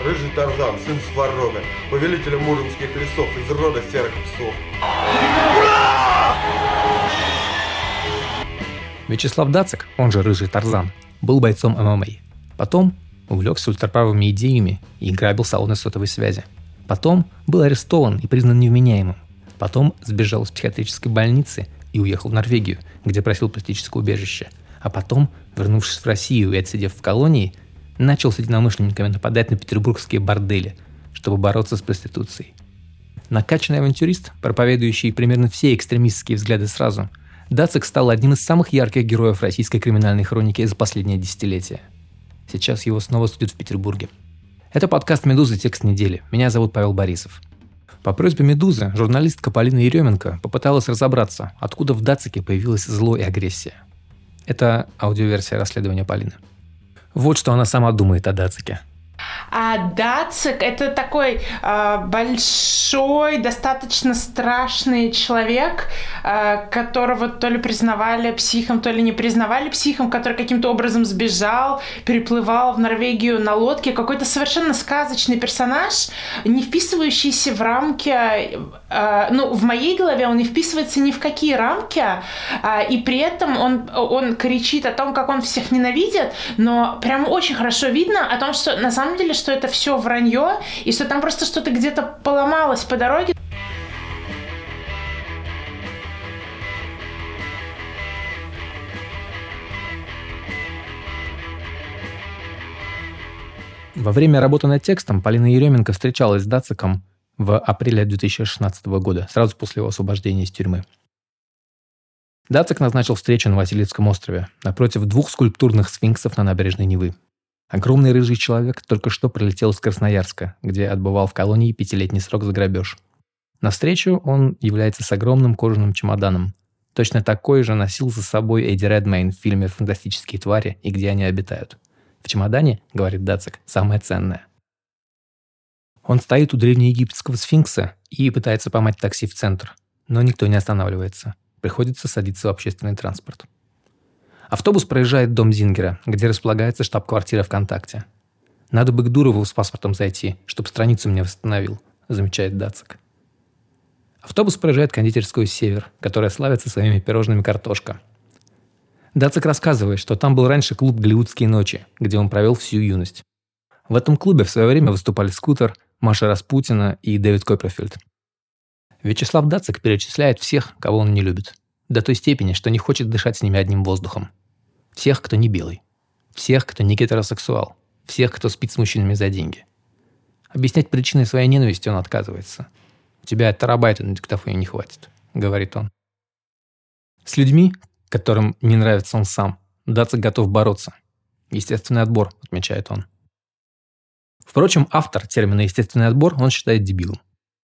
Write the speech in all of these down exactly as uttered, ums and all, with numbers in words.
рыжий Тарзан, сын Сварога, повелителя муромских лесов из рода серых псов. Вячеслав Дацик, он же рыжий Тарзан, был бойцом эм эм а. Потом увлекся ультраправыми идеями и грабил салоны сотовой связи. Потом был арестован и признан невменяемым. Потом сбежал из психиатрической больницы и уехал в Норвегию, где просил политическое убежище. А потом, вернувшись в Россию и отсидев в колонии, начал с единомышленниками нападать на петербургские бордели, чтобы бороться с проституцией. Накачанный авантюрист, проповедующий примерно все экстремистские взгляды сразу, Дацик стал одним из самых ярких героев российской криминальной хроники за последнее десятилетие. Сейчас его снова судят в Петербурге. Это подкаст «Медузы. Текст недели». Меня зовут Павел Борисов. По просьбе «Медузы» журналистка Полина Еременко попыталась разобраться, откуда в Дацике появилось зло и агрессия. Это аудиоверсия расследования Полины. Вот что она сама думает о Дацике. А Дацик — это такой э, большой, достаточно страшный человек, э, которого то ли признавали психом, то ли не признавали психом, который каким-то образом сбежал, переплывал в Норвегию на лодке. Какой-то совершенно сказочный персонаж, не вписывающийся в рамки, э, ну, в моей голове он не вписывается ни в какие рамки, э, и при этом он, он кричит о том, как он всех ненавидит, но прям очень хорошо видно о том, что на самом На самом деле, что это все вранье, и что там просто что-то где-то поломалось по дороге. Во время работы над текстом Полина Еременко встречалась с Дациком в апреле две тысячи шестнадцатого года, сразу после его освобождения из тюрьмы. Дацик назначил встречу на Васильевском острове, напротив двух скульптурных сфинксов на набережной Невы. Огромный рыжий человек только что прилетел из Красноярска, где отбывал в колонии пятилетний срок за грабеж. Навстречу он является с огромным кожаным чемоданом. Точно такой же носил за собой Эдди Редмейн в фильме «Фантастические твари» и «Где они обитают». В чемодане, говорит Дацик, самое ценное. Он стоит у древнеегипетского сфинкса и пытается поймать такси в центр, но никто не останавливается. Приходится садиться в общественный транспорт. Автобус проезжает дом Зингера, где располагается штаб-квартира ВКонтакте. «Надо бы к Дурову с паспортом зайти, чтобы страницу мне восстановил», замечает Дацик. Автобус проезжает кондитерскую «Север», которая славится своими пирожными «Картошка». Дацик рассказывает, что там был раньше клуб «Голливудские ночи», где он провел всю юность. В этом клубе в свое время выступали Скутер, Маша Распутина и Дэвид Копперфильд. Вячеслав Дацик перечисляет всех, кого он не любит. До той степени, что не хочет дышать с ними одним воздухом. Всех, кто не белый. Всех, кто не гетеросексуал. Всех, кто спит с мужчинами за деньги. Объяснять причины своей ненависти он отказывается. «У тебя терабайта на диктофоне не хватит», — говорит он. С людьми, которым не нравится он сам, Дацик готов бороться. Естественный отбор, отмечает он. Впрочем, автор термина «естественный отбор» он считает дебилом.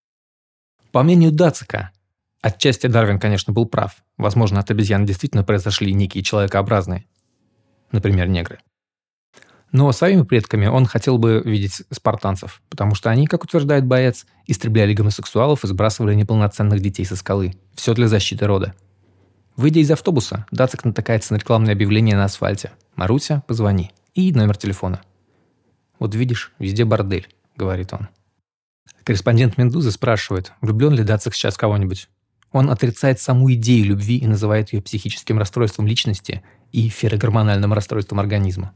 По мнению Дацика, отчасти Дарвин, конечно, был прав. Возможно, от обезьян действительно произошли некие человекообразные. Например, негры. Но своими предками он хотел бы видеть спартанцев, потому что они, как утверждает боец, истребляли гомосексуалов и сбрасывали неполноценных детей со скалы. Все для защиты рода. Выйдя из автобуса, Дацик натыкается на рекламное объявление на асфальте. «Маруся, позвони». И номер телефона. «Вот видишь, везде бордель», — говорит он. Корреспондент «Медузы» спрашивает, влюблен ли Дацик сейчас в кого-нибудь. Он отрицает саму идею любви и называет ее психическим расстройством личности и ферогормональным расстройством организма.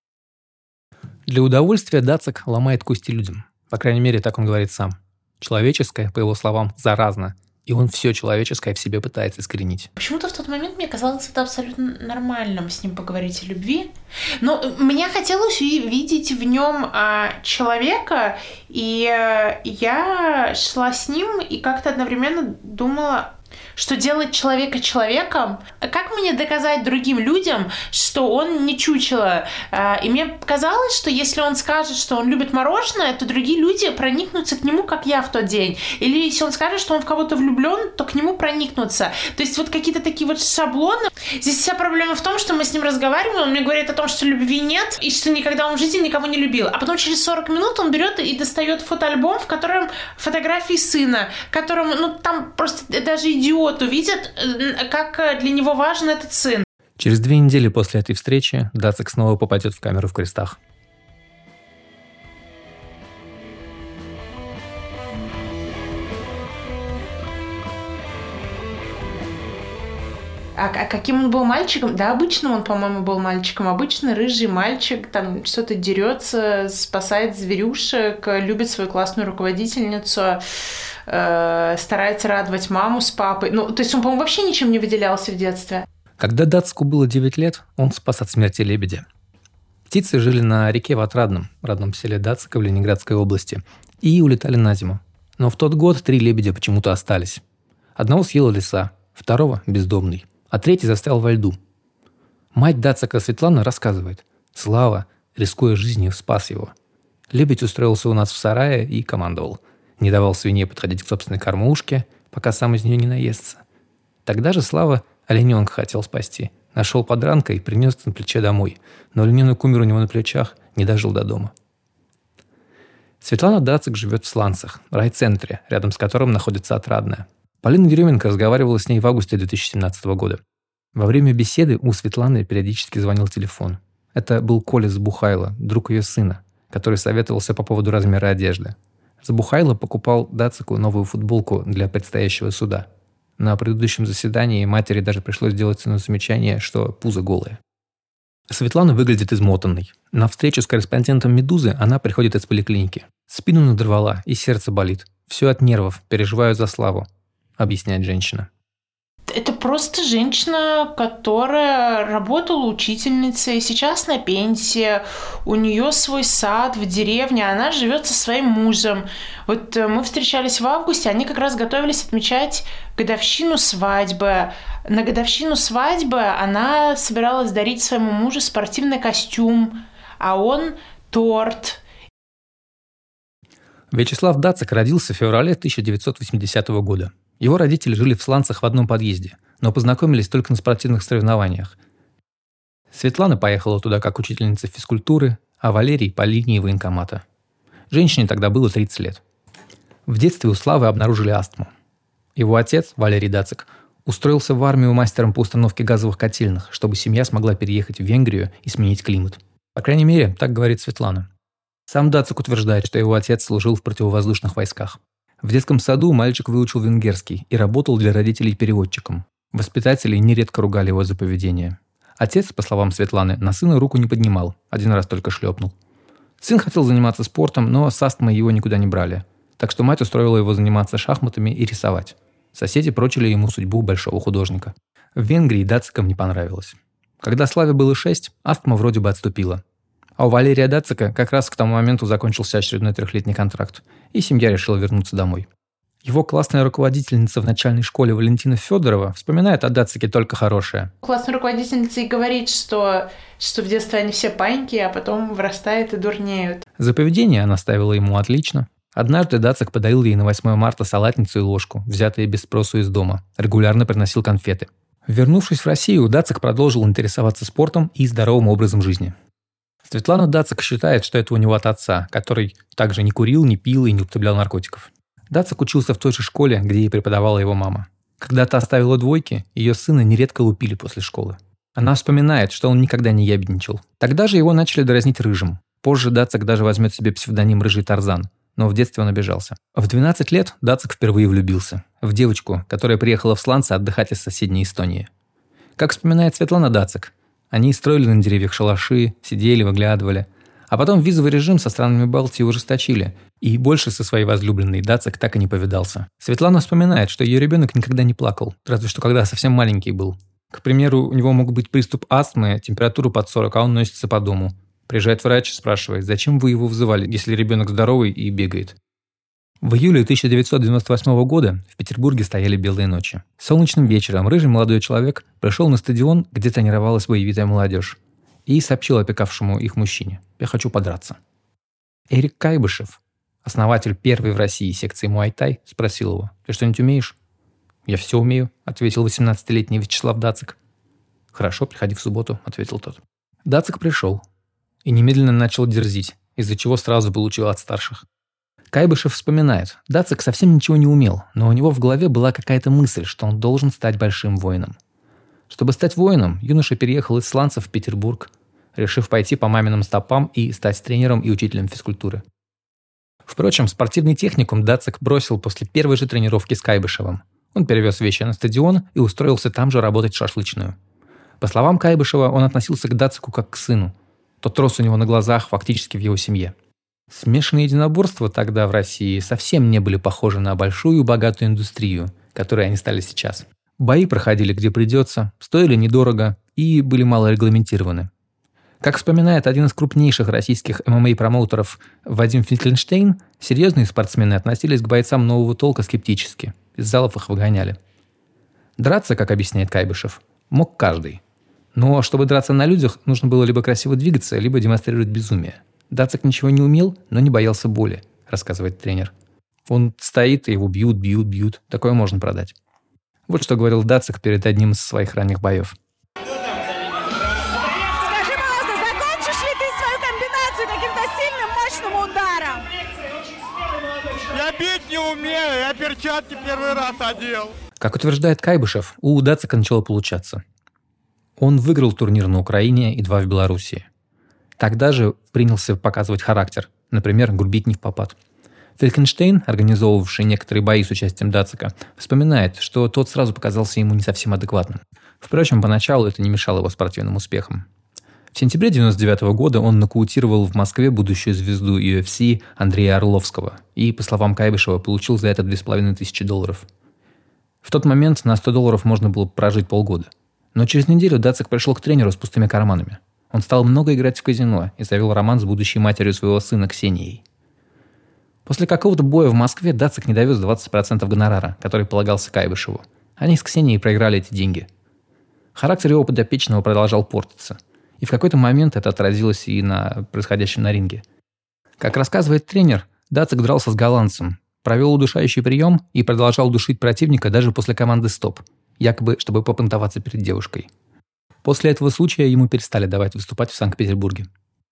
Для удовольствия Дацик ломает кости людям. По крайней мере, так он говорит сам. Человеческое, по его словам, заразно. И он все человеческое в себе пытается искоренить. Почему-то в тот момент мне казалось это абсолютно нормальным с ним поговорить о любви. Но мне хотелось видеть в нем а, человека, и а, я шла с ним и как-то одновременно думала, что делает человека человеком. Как мне доказать другим людям, что он не чучело? И мне показалось, что если он скажет, что он любит мороженое, то другие люди проникнутся к нему, как я в тот день. Или если он скажет, что он в кого-то влюблен, то к нему проникнутся. То есть вот какие-то такие вот шаблоны. Здесь вся проблема в том, что мы с ним разговариваем, он мне говорит о том, что любви нет, и что никогда он в жизни никого не любил. А потом через сорок минут он берет и достает фотоальбом, в котором фотографии сына, которым, ну, там просто даже идиот увидит, как для него важен этот сын. Через две недели после этой встречи Дацик снова попадет в камеру в крестах. А, а каким он был мальчиком? Да, обычным он, по-моему, был мальчиком. Обычный рыжий мальчик, там что-то дерется, спасает зверюшек, любит свою классную руководительницу, э, старается радовать маму с папой. Ну, то есть он, по-моему, вообще ничем не выделялся в детстве. Когда Дацку было девять лет, он спас от смерти лебедя. Птицы жили на реке в Отрадном, родном селе Дацика в Ленинградской области, и улетали на зиму. Но в тот год три лебедя почему-то остались. Одного съела лиса, второго – бездомный, а третий застрял во льду. Мать Дацика Светлана рассказывает: Слава, рискуя жизнью, спас его. Лебедь устроился у нас в сарае и командовал. Не давал свинье подходить к собственной кормушке, пока сам из нее не наестся. Тогда же Слава олененка хотел спасти. Нашел подранка и принес на плече домой. Но олененок умер у него на плечах, не дожил до дома. Светлана Дацик живет в Сланцах, райцентре, рядом с которым находится Отрадное. Полина Еременко разговаривала с ней в августе две тысячи семнадцатого года. Во время беседы у Светланы периодически звонил телефон. Это был Коля Забухайло, друг ее сына, который советовался по поводу размера одежды. Забухайло покупал Дацику новую футболку для предстоящего суда. На предыдущем заседании матери даже пришлось сделать сыну замечание, что пузо голое. Светлана выглядит измотанной. На встречу с корреспондентом «Медузы» она приходит из поликлиники. Спину надорвала и сердце болит. Все от нервов, переживаю за Славу, объясняет женщина. Это просто женщина, которая работала учительницей, сейчас на пенсии, у нее свой сад в деревне, она живет со своим мужем. Вот мы встречались в августе, они как раз готовились отмечать годовщину свадьбы. На годовщину свадьбы она собиралась дарить своему мужу спортивный костюм, а он торт. Вячеслав Дацик родился в феврале тысяча девятьсот восьмидесятого года. Его родители жили в Сланцах в одном подъезде, но познакомились только на спортивных соревнованиях. Светлана поехала туда как учительница физкультуры, а Валерий – по линии военкомата. Женщине тогда было тридцать лет. В детстве у Славы обнаружили астму. Его отец, Валерий Дацик, устроился в армию мастером по установке газовых котельных, чтобы семья смогла переехать в Венгрию и сменить климат. По крайней мере, так говорит Светлана. Сам Дацик утверждает, что его отец служил в противовоздушных войсках. В детском саду мальчик выучил венгерский и работал для родителей переводчиком. Воспитатели нередко ругали его за поведение. Отец, по словам Светланы, на сына руку не поднимал, один раз только шлепнул. Сын хотел заниматься спортом, но с астмой его никуда не брали. Так что мать устроила его заниматься шахматами и рисовать. Соседи прочили ему судьбу большого художника. В Венгрии Дацикам не понравилось. Когда Славе было шесть, астма вроде бы отступила. А у Валерия Дацика как раз к тому моменту закончился очередной трехлетний контракт, и семья решила вернуться домой. Его классная руководительница в начальной школе Валентина Федорова вспоминает о Дацике только хорошее. Классная руководительница и говорит, что, что в детстве они все паньки, а потом вырастают и дурнеют. За поведение она ставила ему отлично. Однажды Дацик подарил ей на восьмое марта салатницу и ложку, взятые без спросу из дома. Регулярно приносил конфеты. Вернувшись в Россию, Дацик продолжил интересоваться спортом и здоровым образом жизни. Светлана Дацик считает, что это у него от отца, который также не курил, не пил и не употреблял наркотиков. Дацик учился в той же школе, где и преподавала его мама. Когда та ставила двойки, ее сына нередко лупили после школы. Она вспоминает, что он никогда не ябедничал. Тогда же его начали дразнить Рыжим. Позже Дацик даже возьмет себе псевдоним Рыжий Тарзан, но в детстве он обижался. В двенадцать лет Дацик впервые влюбился. В девочку, которая приехала в Сланцы отдыхать из соседней Эстонии. Как вспоминает Светлана Дацик, они строили на деревьях шалаши, сидели, выглядывали. А потом визовый режим со странами Балтии ужесточили, и больше со своей возлюбленной Дацик так и не повидался. Светлана вспоминает, что ее ребенок никогда не плакал, разве что когда совсем маленький был. К примеру, у него мог быть приступ астмы, температура под сорок, а он носится по дому. Приезжает врач, спрашивает, зачем вы его вызывали, если ребенок здоровый и бегает. В июле тысяча девятьсот девяносто восьмого года в Петербурге стояли белые ночи. Солнечным вечером рыжий молодой человек пришел на стадион, где тренировалась боевитая молодежь, и сообщил опекавшему их мужчине: «Я хочу подраться». Эрик Кайбышев, основатель первой в России секции муай-тай, спросил его: «Ты что-нибудь умеешь?» «Я все умею», — ответил восемнадцатилетний Вячеслав Дацик. «Хорошо, приходи в субботу», — ответил тот. Дацик пришел и немедленно начал дерзить, из-за чего сразу получил от старших. Кайбышев вспоминает, Дацик совсем ничего не умел, но у него в голове была какая-то мысль, что он должен стать большим воином. Чтобы стать воином, юноша переехал из Сланцев в Петербург, решив пойти по маминым стопам и стать тренером и учителем физкультуры. Впрочем, спортивный техникум Дацик бросил после первой же тренировки с Кайбышевым. Он перевез вещи на стадион и устроился там же работать в шашлычную. По словам Кайбышева, он относился к Дацику как к сыну. Тот рос у него на глазах, фактически в его семье. Смешанные единоборства тогда в России совсем не были похожи на большую богатую индустрию, которой они стали сейчас. Бои проходили где придется, стоили недорого и были мало регламентированы. Как вспоминает один из крупнейших российских эм эм а-промоутеров Вадим Финкельштейн, серьезные спортсмены относились к бойцам нового толка скептически. Из залов их выгоняли. Драться, как объясняет Кайбышев, мог каждый. Но чтобы драться на людях, нужно было либо красиво двигаться, либо демонстрировать безумие. Дацик ничего не умел, но не боялся боли, рассказывает тренер. Он стоит, и его бьют, бьют, бьют. Такое можно продать. Вот что говорил Дацик перед одним из своих ранних боев. Скажи, пожалуйста, закончишь ли ты свою комбинацию каким-то сильным, мощным ударом? Я бить не умею, я перчатки первый раз одел. Как утверждает Кайбышев, у Дацика начало получаться. Он выиграл турнир на Украине и два в Белоруссии. Тогда же принялся показывать характер, например, грубить не впопад. Фелькенштейн, организовывавший некоторые бои с участием Дацика, вспоминает, что тот сразу показался ему не совсем адекватным. Впрочем, поначалу это не мешало его спортивным успехам. В сентябре девяносто девятого года он нокаутировал в Москве будущую звезду ю эф си Андрея Орловского и, по словам Кайбышева, получил за это две с половиной тысячи долларов. В тот момент на сто долларов можно было прожить полгода. Но через неделю Дацик пришел к тренеру с пустыми карманами. Он стал много играть в казино и завел роман с будущей матерью своего сына Ксенией. После какого-то боя в Москве Дацик не довез двадцать процентов гонорара, который полагался Кайбышеву. Они с Ксенией проиграли эти деньги. Характер его подопечного продолжал портиться. И в какой-то момент это отразилось и на происходящем на ринге. Как рассказывает тренер, Дацик дрался с голландцем, провел удушающий прием и продолжал душить противника даже после команды «Стоп», якобы чтобы попонтоваться перед девушкой. После этого случая ему перестали давать выступать в Санкт-Петербурге.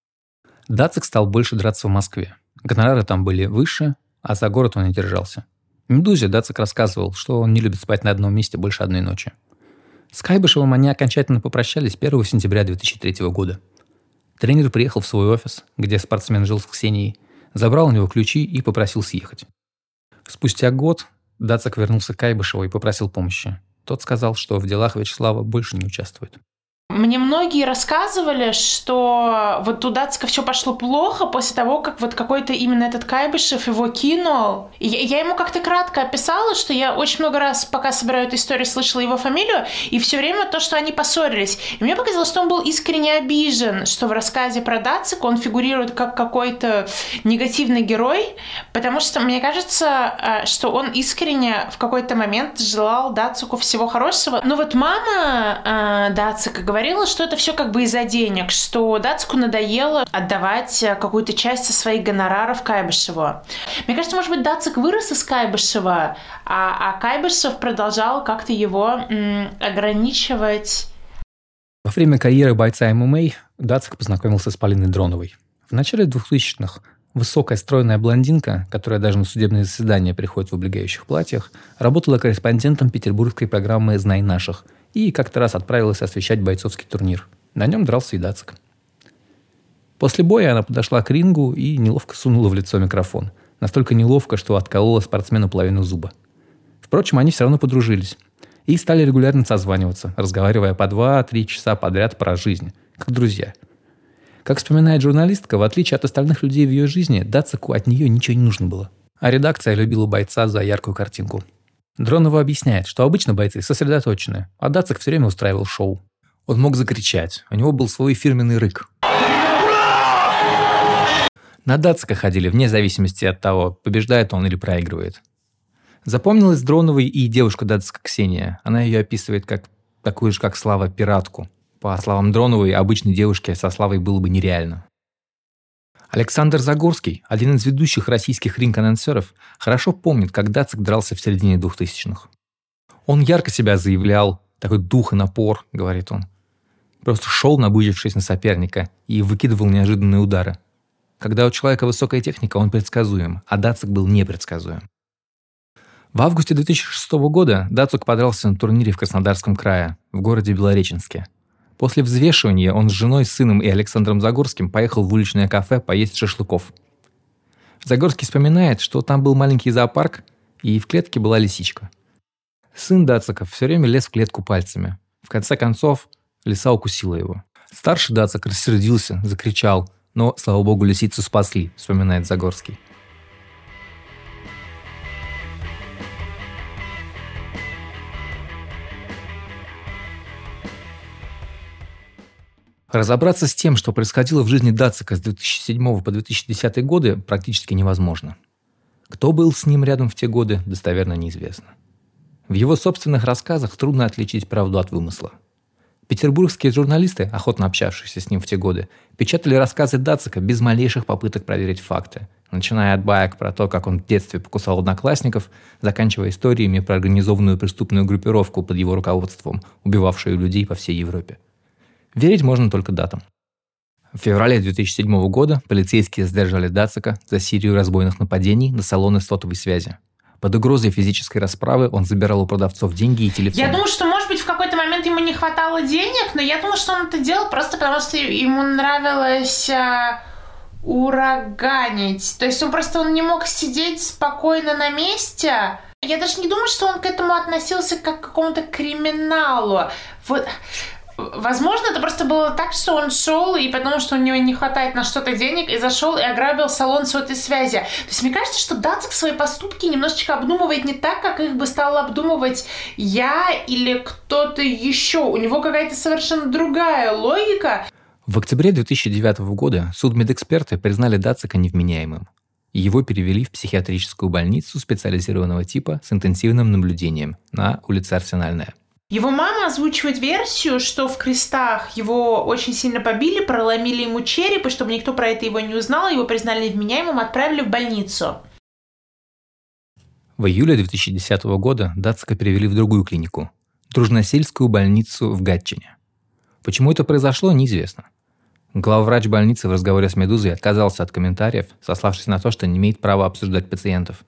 Дацик стал больше драться в Москве. Гонорары там были выше, а за город он не держался. «Медузе» Дацик рассказывал, что он не любит спать на одном месте больше одной ночи. С Кайбышевым они окончательно попрощались первого сентября две тысячи третьего года. Тренер приехал в свой офис, где спортсмен жил с Ксенией, забрал у него ключи и попросил съехать. Спустя год Дацик вернулся к Кайбышеву и попросил помощи. Тот сказал, что в делах Вячеслава больше не участвует. Мне многие рассказывали, что вот у Дацика все пошло плохо после того, как вот какой-то именно этот Кайбышев его кинул. И я, я ему как-то кратко описала, что я очень много раз, пока собираю эту историю, слышала его фамилию, и все время то, что они поссорились. И мне показалось, что он был искренне обижен, что в рассказе про Дацика он фигурирует как какой-то негативный герой, потому что мне кажется, что он искренне в какой-то момент желал Дацику всего хорошего. Но вот мама Дацика говорила, говорила, что это все как бы из-за денег, что Дацику надоело отдавать какую-то часть со своих гонораров Кайбышеву. Мне кажется, может быть, Дацик вырос из Кайбышева, а, а Кайбышев продолжал как-то его м, ограничивать. Во время карьеры бойца эм эм а Дацик познакомился с Полиной Дроновой. В начале двухтысячных высокая стройная блондинка, которая даже на судебные заседания приходит в облегающих платьях, работала корреспондентом петербургской программы «Знай наших», и как-то раз отправилась освещать бойцовский турнир. На нем дрался и Дацик. После боя она подошла к рингу и неловко сунула в лицо микрофон. Настолько неловко, что отколола спортсмену половину зуба. Впрочем, они все равно подружились. И стали регулярно созваниваться, разговаривая по два-три часа подряд про жизнь, как друзья. Как вспоминает журналистка, в отличие от остальных людей в ее жизни, Дацику от нее ничего не нужно было. А редакция любила бойца за яркую картинку. Дронова объясняет, что обычно бойцы сосредоточены, а Дацик все время устраивал шоу. Он мог закричать, у него был свой фирменный рык. На Дацика ходили вне зависимости от того, побеждает он или проигрывает. Запомнилась Дроновой и девушка Дацика Ксения. Она ее описывает как такую же, как Слава, пиратку. По словам Дроновой, обычной девушке со Славой было бы нереально. Александр Загорский, один из ведущих российских ринг-анонсеров, хорошо помнит, как Дацик дрался в середине двухтысячных. Он ярко себя заявлял, такой дух и напор, говорит он. Просто шел, набычившись на соперника, и выкидывал неожиданные удары. Когда у человека высокая техника, он предсказуем, а Дацик был непредсказуем. В августе две тысячи шестого года Дацик подрался на турнире в Краснодарском крае, в городе Белореченске. После взвешивания он с женой, сыном и Александром Загорским поехал в уличное кафе поесть шашлыков. Загорский вспоминает, что там был маленький зоопарк, и в клетке была лисичка. Сын Дацика все время лез в клетку пальцами. В конце концов, лиса укусила его. Старший Дацик рассердился, закричал, но, слава богу, лисицу спасли, вспоминает Загорский. Разобраться с тем, что происходило в жизни Дацика с две тысячи седьмого по две тысячи десятый годы, практически невозможно. Кто был с ним рядом в те годы, достоверно неизвестно. В его собственных рассказах трудно отличить правду от вымысла. Петербургские журналисты, охотно общавшиеся с ним в те годы, печатали рассказы Дацика без малейших попыток проверить факты, начиная от баек про то, как он в детстве покусал одноклассников, заканчивая историями про организованную преступную группировку под его руководством, убивавшую людей по всей Европе. Верить можно только датам. В феврале две тысячи седьмого года полицейские задержали Дацика за серию разбойных нападений на салоны сотовой связи. Под угрозой физической расправы он забирал у продавцов деньги и телефон. Я думаю, что, может быть, в какой-то момент ему не хватало денег, но я думаю, что он это делал просто потому, что ему нравилось а, ураганить. То есть он просто он не мог сидеть спокойно на месте. Я даже не думаю, что он к этому относился как к какому-то криминалу. Вот... Возможно, это просто было так, что он шел, и потому что у него не хватает на что-то денег, и зашел и ограбил салон сотовой связи. То есть мне кажется, что Дацик свои поступки немножечко обдумывает не так, как их бы стал обдумывать я или кто-то еще. У него какая-то совершенно другая логика. В октябре две тысячи девятого года судмедэксперты признали Дацика невменяемым. Его перевели в психиатрическую больницу специализированного типа с интенсивным наблюдением на улице Арсенальная. Его мама озвучивает версию, что в крестах его очень сильно побили, проломили ему череп, и чтобы никто про это его не узнал, его признали невменяемым, отправили в больницу. В июле две тысячи десятого года Дацика перевели в другую клинику – Дружносельскую больницу в Гатчине. Почему это произошло, неизвестно. Главврач больницы в разговоре с «Медузой» отказался от комментариев, сославшись на то, что не имеет права обсуждать пациентов.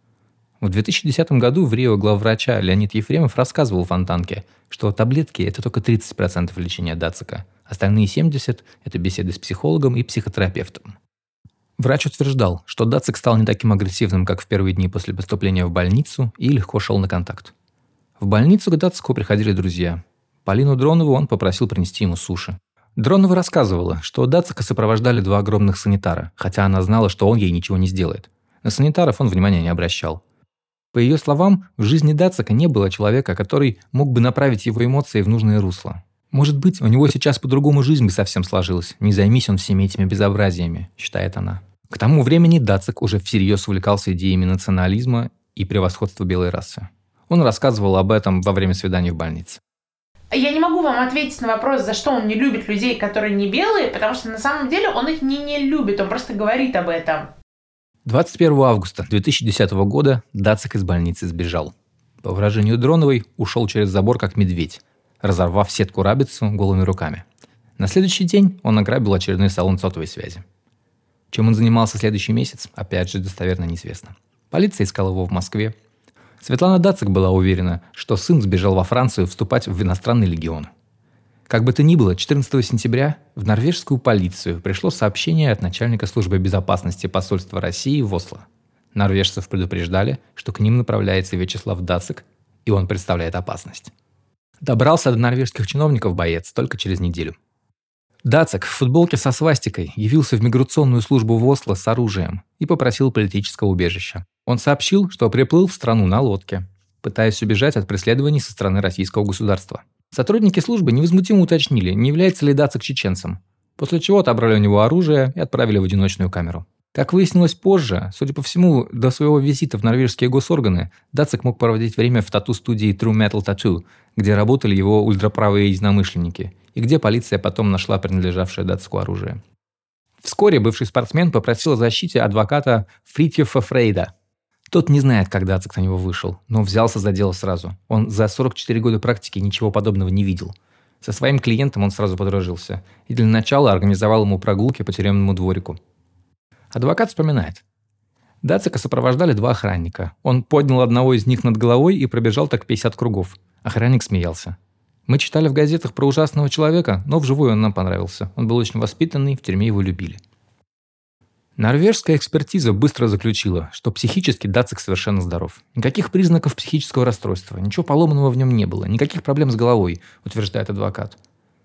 В две тысячи десятом году в Рио главврача Леонид Ефремов рассказывал Фонтанке, что таблетки – это только тридцать процентов лечения Дацика, остальные семьдесят процентов – это беседы с психологом и психотерапевтом. Врач утверждал, что Дацик стал не таким агрессивным, как в первые дни после поступления в больницу, и легко шел на контакт. В больницу к Дацику приходили друзья. Полину Дронову он попросил принести ему суши. Дронова рассказывала, что Дацика сопровождали два огромных санитара, хотя она знала, что он ей ничего не сделает. На санитаров он внимания не обращал. По ее словам, в жизни Дацика не было человека, который мог бы направить его эмоции в нужное русло. Может быть, у него сейчас по-другому жизнь бы совсем сложилась, не займись он всеми этими безобразиями, считает она. К тому времени Дацик уже всерьез увлекался идеями национализма и превосходства белой расы. Он рассказывал об этом во время свиданий в больнице. Я не могу вам ответить на вопрос, за что он не любит людей, которые не белые, потому что на самом деле он их не, не любит, он просто говорит об этом. двадцать первого августа две тысячи десятого года Дацик из больницы сбежал. По выражению Дроновой, ушел через забор как медведь, разорвав сетку-рабицу голыми руками. На следующий день он ограбил очередной салон сотовой связи. Чем он занимался следующий месяц, опять же, достоверно неизвестно. Полиция искала его в Москве. Светлана Дацик была уверена, что сын сбежал во Францию вступать в иностранный легион. Как бы то ни было, четырнадцатого сентября в норвежскую полицию пришло сообщение от начальника службы безопасности посольства России в Осло. Норвежцев предупреждали, что к ним направляется Вячеслав Дацик, и он представляет опасность. Добрался до норвежских чиновников боец только через неделю. Дацик в футболке со свастикой явился в миграционную службу в Осло с оружием и попросил политического убежища. Он сообщил, что приплыл в страну на лодке, пытаясь убежать от преследований со стороны российского государства. Сотрудники службы невозмутимо уточнили, не является ли Дацик чеченцем, после чего отобрали у него оружие и отправили в одиночную камеру. Как выяснилось позже, судя по всему, до своего визита в норвежские госорганы Дацик мог проводить время в тату-студии True Metal Tattoo, где работали его ультраправые единомышленники, и где полиция потом нашла принадлежавшее Дацику оружие. Вскоре бывший спортсмен попросил о защите адвоката Фритьёфа Фрейда. Тот не знает, как Дацик на него вышел, но взялся за дело сразу. Он за сорок четыре года практики ничего подобного не видел. Со своим клиентом он сразу подружился и для начала организовал ему прогулки по тюремному дворику. Адвокат вспоминает. Дацика сопровождали два охранника. Он поднял одного из них над головой и пробежал так пятьдесят кругов. Охранник смеялся. Мы читали в газетах про ужасного человека, но вживую он нам понравился. Он был очень воспитанный, в тюрьме его любили. Норвежская экспертиза быстро заключила, что психически Дацик совершенно здоров. Никаких признаков психического расстройства, ничего поломанного в нем не было, никаких проблем с головой, утверждает адвокат.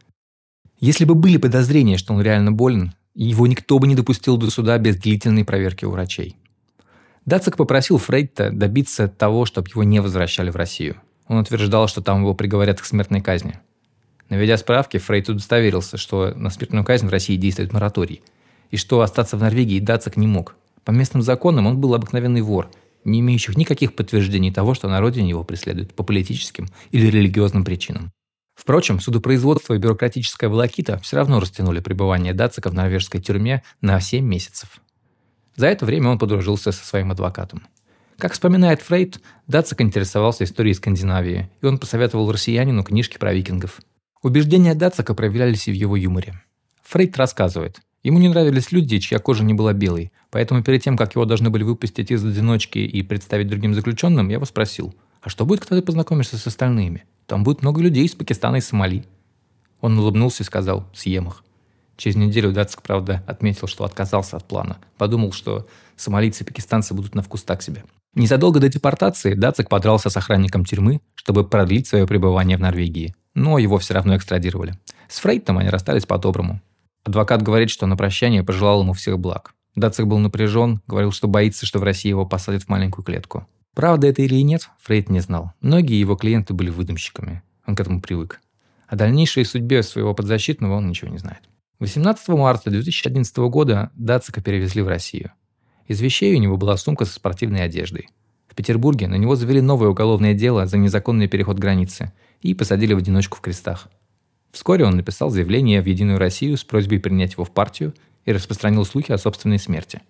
Если бы были подозрения, что он реально болен, его никто бы не допустил до суда без длительной проверки у врачей. Дацик попросил Фрейта добиться того, чтобы его не возвращали в Россию. Он утверждал, что там его приговорят к смертной казни. Наведя справки, Фрейд удостоверился, что на смертную казнь в России действует мораторий, и что остаться в Норвегии Дацик не мог. По местным законам он был обыкновенный вор, не имеющий никаких подтверждений того, что на родине его преследуют по политическим или религиозным причинам. Впрочем, судопроизводство и бюрократическая волокита все равно растянули пребывание Дацика в норвежской тюрьме на семь месяцев. За это время он подружился со своим адвокатом. Как вспоминает Фрейд, Дацик интересовался историей Скандинавии, и он посоветовал россиянину книжки про викингов. Убеждения Дацика проявлялись и в его юморе. Фрейд рассказывает, ему не нравились люди, чья кожа не была белой, поэтому перед тем, как его должны были выпустить из одиночки и представить другим заключенным, я его спросил, а что будет, когда ты познакомишься с остальными? Там будет много людей из Пакистана и Сомали. Он улыбнулся и сказал, съем их. Через неделю Дацик, правда, отметил, что отказался от плана. Подумал, что сомалийцы и пакистанцы будут на вкус так себе. Незадолго до депортации Дацик подрался с охранником тюрьмы, чтобы продлить свое пребывание в Норвегии. Но его все равно экстрадировали. С Фрейдом они расстались по-доброму. Адвокат говорит, что на прощание пожелал ему всех благ. Дацик был напряжен, говорил, что боится, что в России его посадят в маленькую клетку. Правда это или нет, Фрейд не знал. Многие его клиенты были выдумщиками. Он к этому привык. О дальнейшей судьбе своего подзащитного он ничего не знает. восемнадцатого марта две тысячи одиннадцатого года Дацика перевезли в Россию. Из вещей у него была сумка со спортивной одеждой. В Петербурге на него завели новое уголовное дело за незаконный переход границы и посадили в одиночку в Крестах. Вскоре он написал заявление в «Единую Россию» с просьбой принять его в партию и распространил слухи о собственной смерти.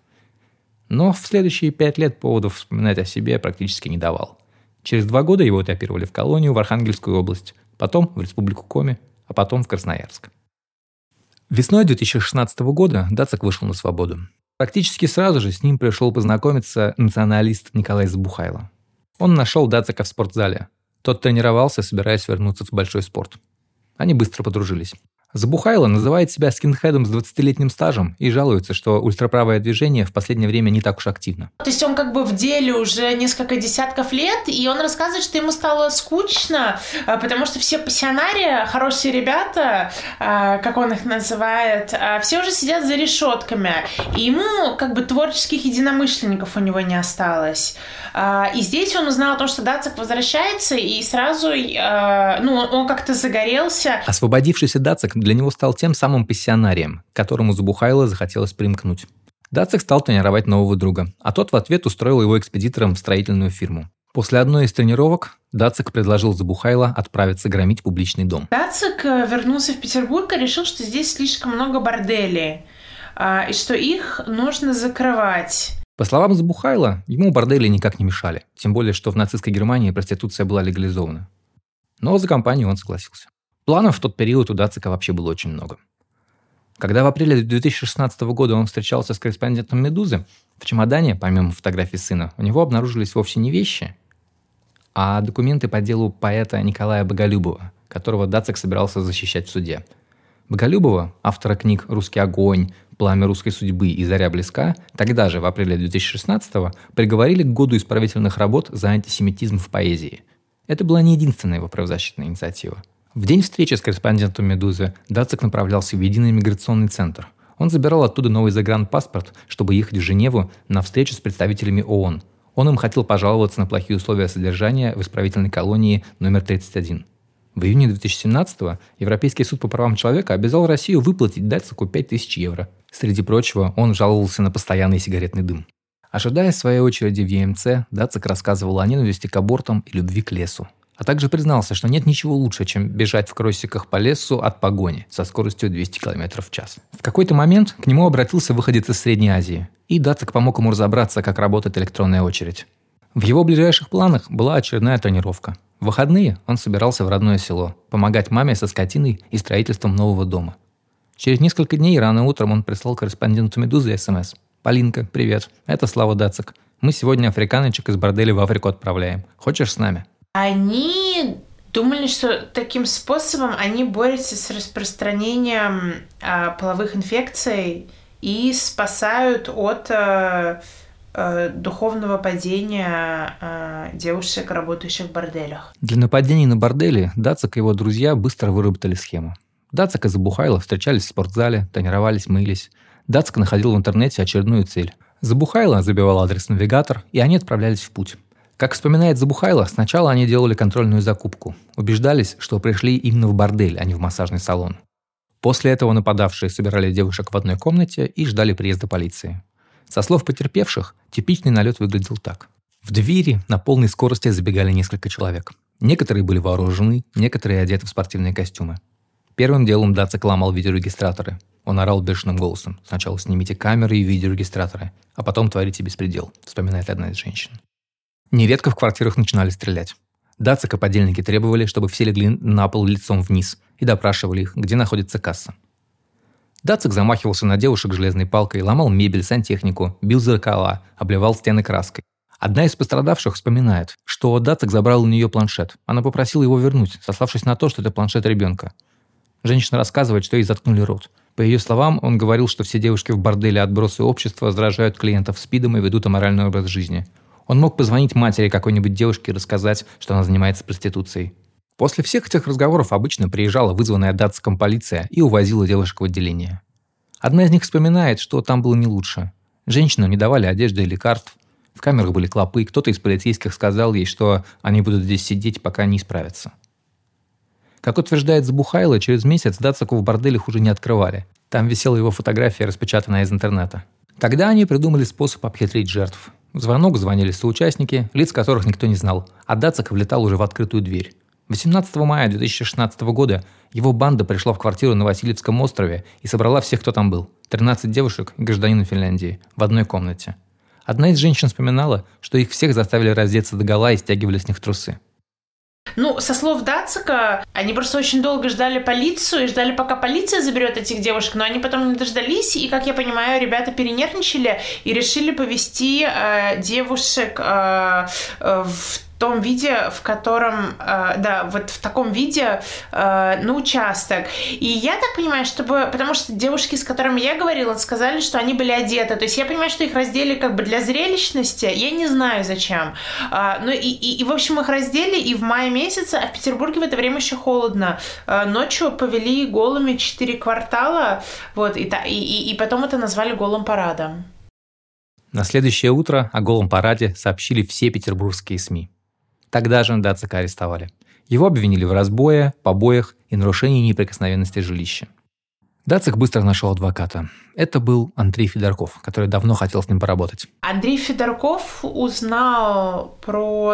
Но в следующие пять лет поводов вспоминать о себе практически не давал. Через два года его этапировали в колонию в Архангельскую область, потом в Республику Коми, а потом в Красноярск. Весной две тысячи шестнадцатого года Дацик вышел на свободу. Практически сразу же с ним пришел познакомиться националист Николай Забухайло. Он нашел Дацика в спортзале. Тот тренировался, собираясь вернуться в большой спорт. Они быстро подружились. Забухайло называет себя скинхедом с двадцатилетним стажем и жалуется, что ультраправое движение в последнее время не так уж активно. То есть он как бы в деле уже несколько десятков лет, и он рассказывает, что ему стало скучно, потому что все пассионарии, хорошие ребята, как он их называет, все уже сидят за решетками, и ему как бы творческих единомышленников у него не осталось. И здесь он узнал о том, что Дацик возвращается, и сразу, ну, он как-то загорелся. Освободившийся Дацик для него стал тем самым пассионарием, к которому Забухайло захотелось примкнуть. Дацик стал тренировать нового друга, а тот в ответ устроил его экспедитором в строительную фирму. После одной из тренировок Дацик предложил Забухайло отправиться громить публичный дом. Дацик вернулся в Петербург и решил, что здесь слишком много борделей, и что их нужно закрывать. По словам Забухайло, ему бордели никак не мешали, тем более, что в нацистской Германии проституция была легализована. Но за компанию он согласился. Планов в тот период у Дацика вообще было очень много. Когда в апреле две тысячи шестнадцатого года он встречался с корреспондентом «Медузы», в чемодане, помимо фотографий сына, у него обнаружились вовсе не вещи, а документы по делу поэта Николая Боголюбова, которого Дацик собирался защищать в суде. Боголюбова, автора книг «Русский огонь», «Пламя русской судьбы» и «Заря близка», тогда же, в апреле две тысячи шестнадцатого, приговорили к году исправительных работ за антисемитизм в поэзии. Это была не единственная его правозащитная инициатива. В день встречи с корреспондентом «Медузы» Дацик направлялся в Единый миграционный центр. Он забирал оттуда новый загранпаспорт, чтобы ехать в Женеву на встречу с представителями ООН. Он им хотел пожаловаться на плохие условия содержания в исправительной колонии номер тридцать один. В июне две тысячи семнадцатого Европейский суд по правам человека обязал Россию выплатить Дацику пять тысяч евро. Среди прочего, он жаловался на постоянный сигаретный дым. Ожидая своей очереди в Е Эм Цэ, Дацик рассказывал о ненависти к абортам и любви к лесу. А также признался, что нет ничего лучше, чем бежать в кроссиках по лесу от погони со скоростью двести километров в час. В какой-то момент к нему обратился выходец из Средней Азии, и Дацик помог ему разобраться, как работает электронная очередь. В его ближайших планах была очередная тренировка. В выходные он собирался в родное село, помогать маме со скотиной и строительством нового дома. Через несколько дней рано утром он прислал корреспонденту «Медузы» эс эм эс. «Полинка, привет, это Слава Дацик. Мы сегодня африканочек из борделя в Африку отправляем. Хочешь с нами?» Они думали, что таким способом они борются с распространением а, половых инфекций и спасают от э, э, духовного падения э, девушек, работающих в борделях. Для нападений на бордели Дацик и его друзья быстро выработали схему. Дацик и Забухайло встречались в спортзале, тренировались, мылись. Дацик находил в интернете очередную цель. Забухайло забивал адрес навигатор, и они отправлялись в путь. Как вспоминает Забухайло, сначала они делали контрольную закупку. Убеждались, что пришли именно в бордель, а не в массажный салон. После этого нападавшие собирали девушек в одной комнате и ждали приезда полиции. Со слов потерпевших, типичный налет выглядел так. В двери на полной скорости забегали несколько человек. Некоторые были вооружены, некоторые одеты в спортивные костюмы. Первым делом Дацик ломал видеорегистраторы. Он орал бешеным голосом. Сначала снимите камеры и видеорегистраторы, а потом творите беспредел, вспоминает одна из женщин. Нередко в квартирах начинали стрелять. Дацик и подельники требовали, чтобы все легли на пол лицом вниз и допрашивали их, где находится касса. Дацик замахивался на девушек железной палкой, ломал мебель, сантехнику, бил зеркала, обливал стены краской. Одна из пострадавших вспоминает, что Дацик забрал у нее планшет. Она попросила его вернуть, сославшись на то, что это планшет ребенка. Женщина рассказывает, что ей заткнули рот. По ее словам, он говорил, что все девушки в борделе отбросы общества заражают клиентов СПИДом и ведут аморальный образ жизни. Он мог позвонить матери какой-нибудь девушки и рассказать, что она занимается проституцией. После всех этих разговоров обычно приезжала вызванная Дациком полиция и увозила девушек в отделение. Одна из них вспоминает, что там было не лучше. Женщинам не давали одежды и лекарств. В камерах были клопы, кто-то из полицейских сказал ей, что они будут здесь сидеть, пока не исправятся. Как утверждает Забухайло, через месяц Дацику в борделях уже не открывали. Там висела его фотография, распечатанная из интернета. Тогда они придумали способ обхитрить жертв. В звонок звонили соучастники, лиц которых никто не знал, а Дацик влетал уже в открытую дверь. восемнадцатого мая две тысячи шестнадцатого года его банда пришла в квартиру на Васильевском острове и собрала всех, кто там был. тринадцать девушек и гражданина Финляндии в одной комнате. Одна из женщин вспоминала, что их всех заставили раздеться догола и стягивали с них трусы. Ну, со слов Дацика, они просто очень долго ждали полицию и ждали, пока полиция заберет этих девушек, но они потом не дождались, и, как я понимаю, ребята перенервничали и решили повезти э, девушек э, э, в том виде, в котором, э, да, вот в таком виде э, на участок. И я так понимаю, чтобы, потому что девушки, с которыми я говорила, сказали, что они были одеты. То есть я понимаю, что их раздели как бы для зрелищности. Я не знаю, зачем. Э, ну и, и, и, в общем, их раздели и в мае месяце, а в Петербурге в это время еще холодно. Э, ночью повели голыми четыре квартала, вот, и, и, и потом это назвали голым парадом. На следующее утро о голом параде сообщили все петербургские СМИ. Тогда же Дацика арестовали. Его обвинили в разбое, побоях и нарушении неприкосновенности жилища. Дацик быстро нашел адвоката. Это был Андрей Федорков, который давно хотел с ним поработать. Андрей Федорков узнал про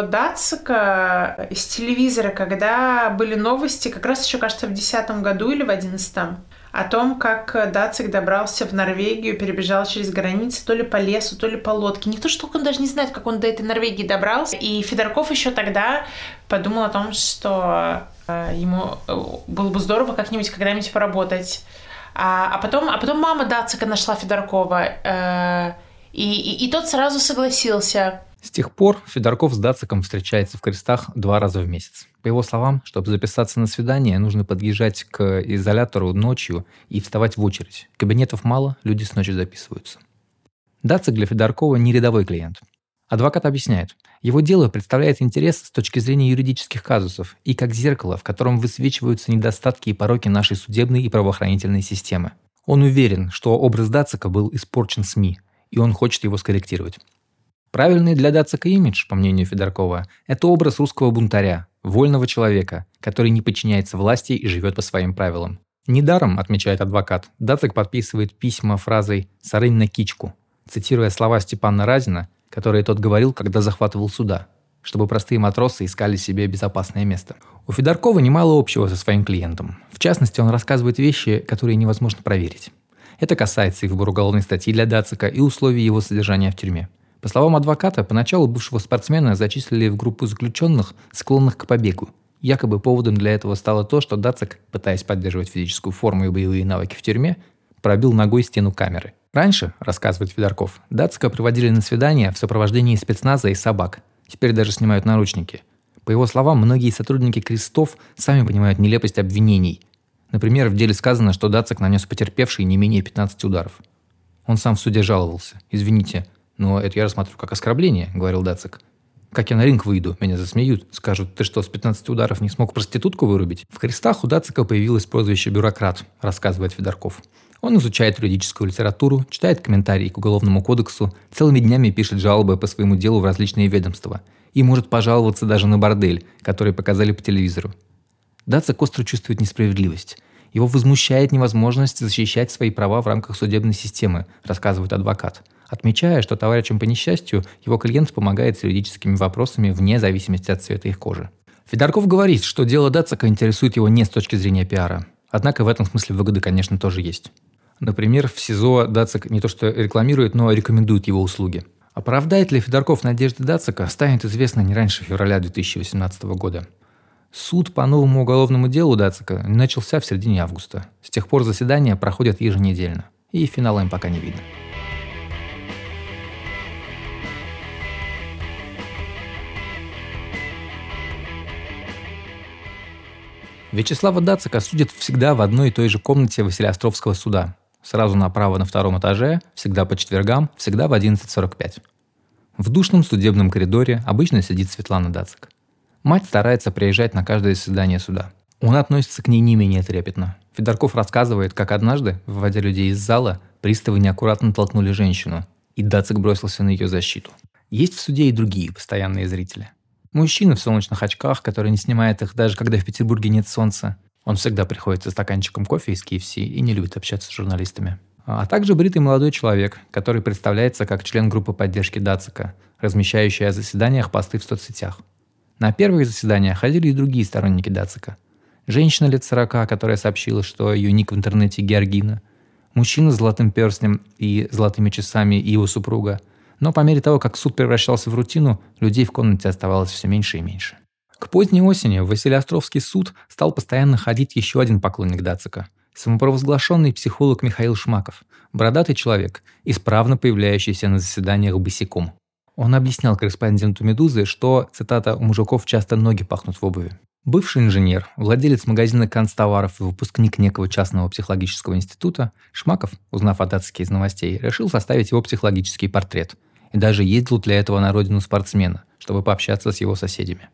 Дацика с телевизора, когда были новости, как раз еще, кажется, в десятом году или в одиннадцатом, о том, как Дацик добрался в Норвегию, перебежал через границы, то ли по лесу, то ли по лодке. Никто ж толком даже не знает, как он до этой Норвегии добрался. И Федорков еще тогда подумал о том, что ему было бы здорово как-нибудь когда-нибудь поработать. А, а, потом, а потом мама Дацика нашла Федоркова, э, и, и, и тот сразу согласился. С тех пор Федорков с Дациком встречается в крестах два раза в месяц. По его словам, чтобы записаться на свидание, нужно подъезжать к изолятору ночью и вставать в очередь. Кабинетов мало, люди с ночи записываются. Дацик для Федоркова не рядовой клиент. Адвокат объясняет, его дело представляет интерес с точки зрения юридических казусов и как зеркало, в котором высвечиваются недостатки и пороки нашей судебной и правоохранительной системы. Он уверен, что образ Дацика был испорчен СМИ, и он хочет его скорректировать. Правильный для Дацика имидж, по мнению Федоркова, это образ русского бунтаря, вольного человека, который не подчиняется власти и живет по своим правилам. Недаром, отмечает адвокат, Дацик подписывает письма фразой «сарынь на кичку», цитируя слова Степана Разина, которые тот говорил, когда захватывал суда, чтобы простые матросы искали себе безопасное место. У Федоркова немало общего со своим клиентом. В частности, он рассказывает вещи, которые невозможно проверить. Это касается и выбора уголовной статьи для Дацика, и условий его содержания в тюрьме. По словам адвоката, поначалу бывшего спортсмена зачислили в группу заключенных, склонных к побегу. Якобы поводом для этого стало то, что Дацик, пытаясь поддерживать физическую форму и боевые навыки в тюрьме, пробил ногой стену камеры. Раньше, рассказывает Федорков, Дацика приводили на свидания в сопровождении спецназа и собак. Теперь даже снимают наручники. По его словам, многие сотрудники крестов сами понимают нелепость обвинений. Например, в деле сказано, что Дацик нанес потерпевшей не менее пятнадцати ударов. Он сам в суде жаловался. «Извините, но это я рассматриваю как оскорбление», — говорил Дацик. «Как я на ринг выйду, меня засмеют. Скажут, ты что, с пятнадцати ударов не смог проститутку вырубить?» В крестах у Дацика появилось прозвище «бюрократ», рассказывает Федорков. Он изучает юридическую литературу, читает комментарии к Уголовному кодексу, целыми днями пишет жалобы по своему делу в различные ведомства и может пожаловаться даже на бордель, который показали по телевизору. Дацик остро чувствует несправедливость. Его возмущает невозможность защищать свои права в рамках судебной системы, рассказывает адвокат, отмечая, что товарищам по несчастью его клиент помогает с юридическими вопросами вне зависимости от цвета их кожи. Федорков говорит, что дело Дацика интересует его не с точки зрения пиара. Однако в этом смысле выгоды, конечно, тоже есть. Например, в СИЗО Дацик не то что рекламирует, но рекомендует его услуги. Оправдает ли Федорков надежды Дацика, станет известно не раньше февраля две тысячи восемнадцатого года. Суд по новому уголовному делу Дацика начался в середине августа. С тех пор заседания проходят еженедельно. И финала им пока не видно. Вячеслава Дацика судят всегда в одной и той же комнате Василеостровского суда. Сразу направо на втором этаже, всегда по четвергам, всегда в одиннадцать сорок пять. В душном судебном коридоре обычно сидит Светлана Дацик. Мать старается приезжать на каждое заседание суда. Он относится к ней не менее трепетно. Федорков рассказывает, как однажды, выводя людей из зала, приставы неаккуратно толкнули женщину, и Дацик бросился на ее защиту. Есть в суде и другие постоянные зрители. Мужчина в солнечных очках, который не снимает их, даже когда в Петербурге нет солнца. Он всегда приходит со стаканчиком кофе из кей эф си и не любит общаться с журналистами. А также бритый молодой человек, который представляется как член группы поддержки Дацика, размещающий о заседаниях посты в соцсетях. На первые заседания ходили и другие сторонники Дацика. Женщина лет сорока, которая сообщила, что ее ник в интернете Георгина. Мужчина с золотым перстнем и золотыми часами и его супруга. Но по мере того, как суд превращался в рутину, людей в комнате оставалось все меньше и меньше. К поздней осени в Василеостровский суд стал постоянно ходить еще один поклонник Дацика – самопровозглашенный психолог Михаил Шмаков, бородатый человек, исправно появляющийся на заседаниях босиком. Он объяснял корреспонденту «Медузы», что, цитата, «у мужиков часто ноги пахнут в обуви». Бывший инженер, владелец магазина канцтоваров и выпускник некого частного психологического института, Шмаков, узнав о Дацике из новостей, решил составить его психологический портрет и даже ездил для этого на родину спортсмена, чтобы пообщаться с его соседями.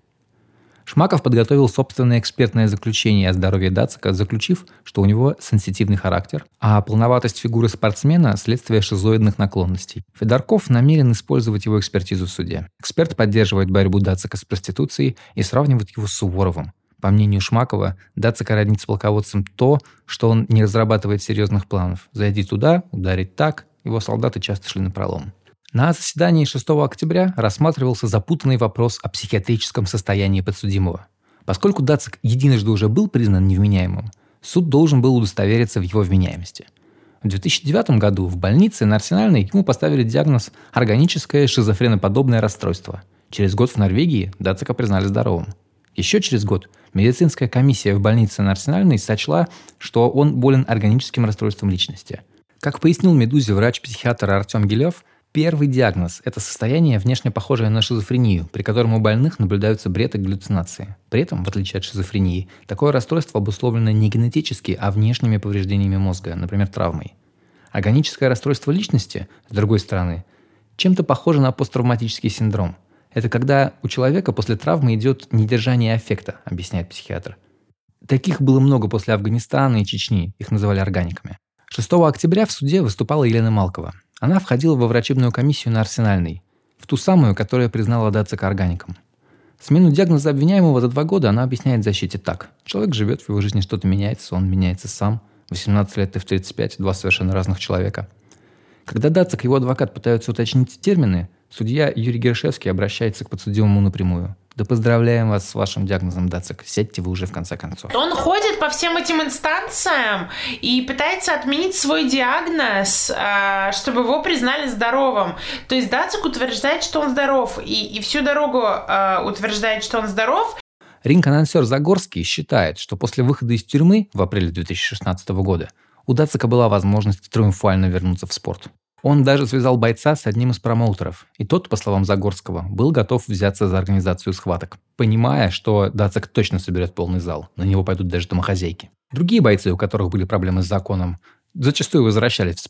Шмаков подготовил собственное экспертное заключение о здоровье Дацика, заключив, что у него сенситивный характер, а полноватость фигуры спортсмена – следствие шизоидных наклонностей. Федорков намерен использовать его экспертизу в суде. Эксперт поддерживает борьбу Дацика с проституцией и сравнивает его с Суворовым. По мнению Шмакова, Дацика роднит с полководцем то, что он не разрабатывает серьезных планов. Зайди туда, ударить так, его солдаты часто шли напролом. На заседании шестого октября рассматривался запутанный вопрос о психиатрическом состоянии подсудимого. Поскольку Дацик единожды уже был признан невменяемым, суд должен был удостовериться в его вменяемости. В две тысячи девятом году в больнице на Арсенальной ему поставили диагноз «органическое шизофреноподобное расстройство». Через год в Норвегии Дацика признали здоровым. Еще через год медицинская комиссия в больнице на Арсенальной сочла, что он болен органическим расстройством личности. Как пояснил «Медузе» врач-психиатр Артем Гилев, первый диагноз – это состояние, внешне похожее на шизофрению, при котором у больных наблюдаются бред и галлюцинации. При этом, в отличие от шизофрении, такое расстройство обусловлено не генетически, а внешними повреждениями мозга, например, травмой. Органическое расстройство личности, с другой стороны, чем-то похоже на посттравматический синдром. Это когда у человека после травмы идет недержание аффекта, объясняет психиатр. Таких было много после Афганистана и Чечни, их называли органиками. шестого октября в суде выступала Елена Малкова. Она входила во врачебную комиссию на Арсенальной, в ту самую, которая признала Дацика органиком. Смену диагноза обвиняемого за два года она объясняет защите так. Человек живет, в его жизни что-то меняется, он меняется сам. восемнадцать лет и в тридцать пять – два совершенно разных человека. Когда Дацик и его адвокат пытаются уточнить термины, судья Юрий Гершевский обращается к подсудимому напрямую. «Да поздравляем вас с вашим диагнозом, Дацик. Сядьте вы уже в конце концов». Он ходит по всем этим инстанциям и пытается отменить свой диагноз, чтобы его признали здоровым. То есть Дацик утверждает, что он здоров, и, и всю дорогу утверждает, что он здоров. Ринг-анонсер Загорский считает, что после выхода из тюрьмы в апреле две тысячи шестнадцатого года у Дацика была возможность триумфально вернуться в спорт. Он даже связал бойца с одним из промоутеров, и тот, по словам Загорского, был готов взяться за организацию схваток, понимая, что Дацик точно соберет полный зал, на него пойдут даже домохозяйки. Другие бойцы, у которых были проблемы с законом, зачастую возвращались в спорт.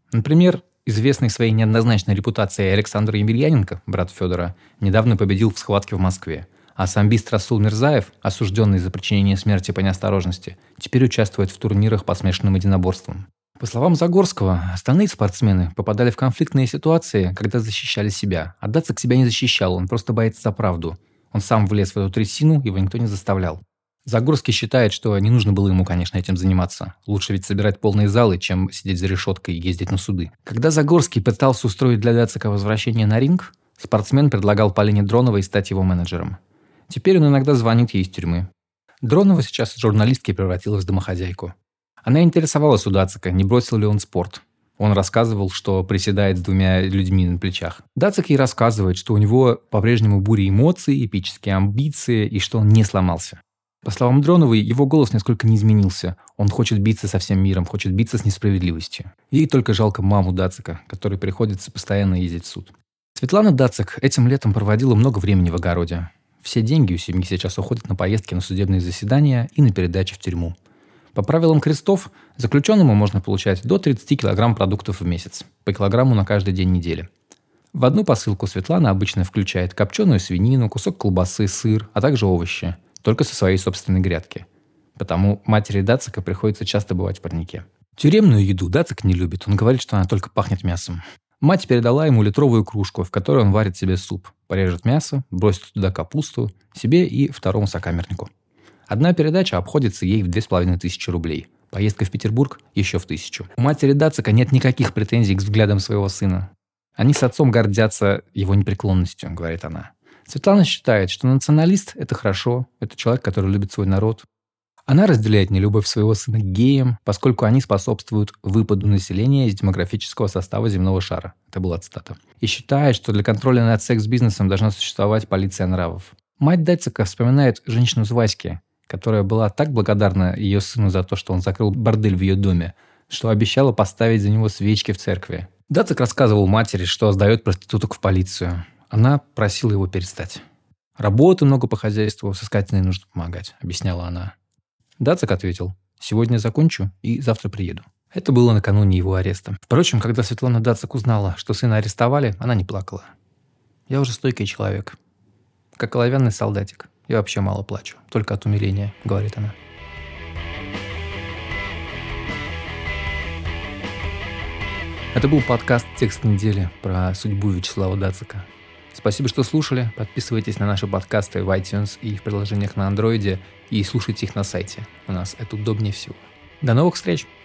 Например, известный своей неоднозначной репутацией Александр Емельяненко, брат Федора, недавно победил в схватке в Москве, а самбист Расул Мирзаев, осужденный за причинение смерти по неосторожности, теперь участвует в турнирах по смешанным единоборствам. По словам Загорского, остальные спортсмены попадали в конфликтные ситуации, когда защищали себя. А Дацик себя не защищал, он просто боится за правду. Он сам влез в эту трясину, его никто не заставлял. Загорский считает, что не нужно было ему, конечно, этим заниматься. Лучше ведь собирать полные залы, чем сидеть за решеткой и ездить на суды. Когда Загорский пытался устроить для Дацика возвращение на ринг, спортсмен предлагал Полине Дроновой стать его менеджером. Теперь он иногда звонит ей из тюрьмы. Дронова сейчас из журналистки превратилась в домохозяйку. Она интересовалась у Дацика, не бросил ли он спорт. Он рассказывал, что приседает с двумя людьми на плечах. Дацик ей рассказывает, что у него по-прежнему буря эмоций, эпические амбиции и что он не сломался. По словам Дроновой, его голос нисколько не изменился. Он хочет биться со всем миром, хочет биться с несправедливостью. Ей только жалко маму Дацика, которой приходится постоянно ездить в суд. Светлана Дацик этим летом проводила много времени в огороде. Все деньги у семьи сейчас уходят на поездки на судебные заседания и на передачи в тюрьму. По правилам крестов, заключенному можно получать до тридцать килограмм продуктов в месяц, по килограмму на каждый день недели. В одну посылку Светлана обычно включает копченую свинину, кусок колбасы, сыр, а также овощи, только со своей собственной грядки. Потому матери Дацика приходится часто бывать в парнике. Тюремную еду Дацик не любит, он говорит, что она только пахнет мясом. Мать передала ему литровую кружку, в которой он варит себе суп, порежет мясо, бросит туда капусту, себе и второму сокамернику. Одна передача обходится ей в две с половиной тысячи рублей. Поездка в Петербург еще в тысячу. У матери Дацика нет никаких претензий к взглядам своего сына. Они с отцом гордятся его непреклонностью, говорит она. Светлана считает, что националист – это хорошо, это человек, который любит свой народ. Она разделяет нелюбовь своего сына к геям, поскольку они способствуют выпаду населения из демографического состава земного шара. Это была цитата. И считает, что для контроля над секс-бизнесом должна существовать полиция нравов. Мать Дацика вспоминает женщину с Васьки, которая была так благодарна ее сыну за то, что он закрыл бордель в ее доме, что обещала поставить за него свечки в церкви. Дацик рассказывал матери, что сдает проституток в полицию. Она просила его перестать. «Работы много по хозяйству, с искательной нужно помогать», — объясняла она. Дацик ответил: «Сегодня закончу и завтра приеду». Это было накануне его ареста. Впрочем, когда Светлана Дацик узнала, что сына арестовали, она не плакала. «Я уже стойкий человек. Как оловянный солдатик. Я вообще мало плачу. Только от умиления», — говорит она. Это был подкаст «Текст недели» про судьбу Вячеслава Дацика. Спасибо, что слушали. Подписывайтесь на наши подкасты в iTunes и в приложениях на Android и слушайте их на сайте. У нас это удобнее всего. До новых встреч!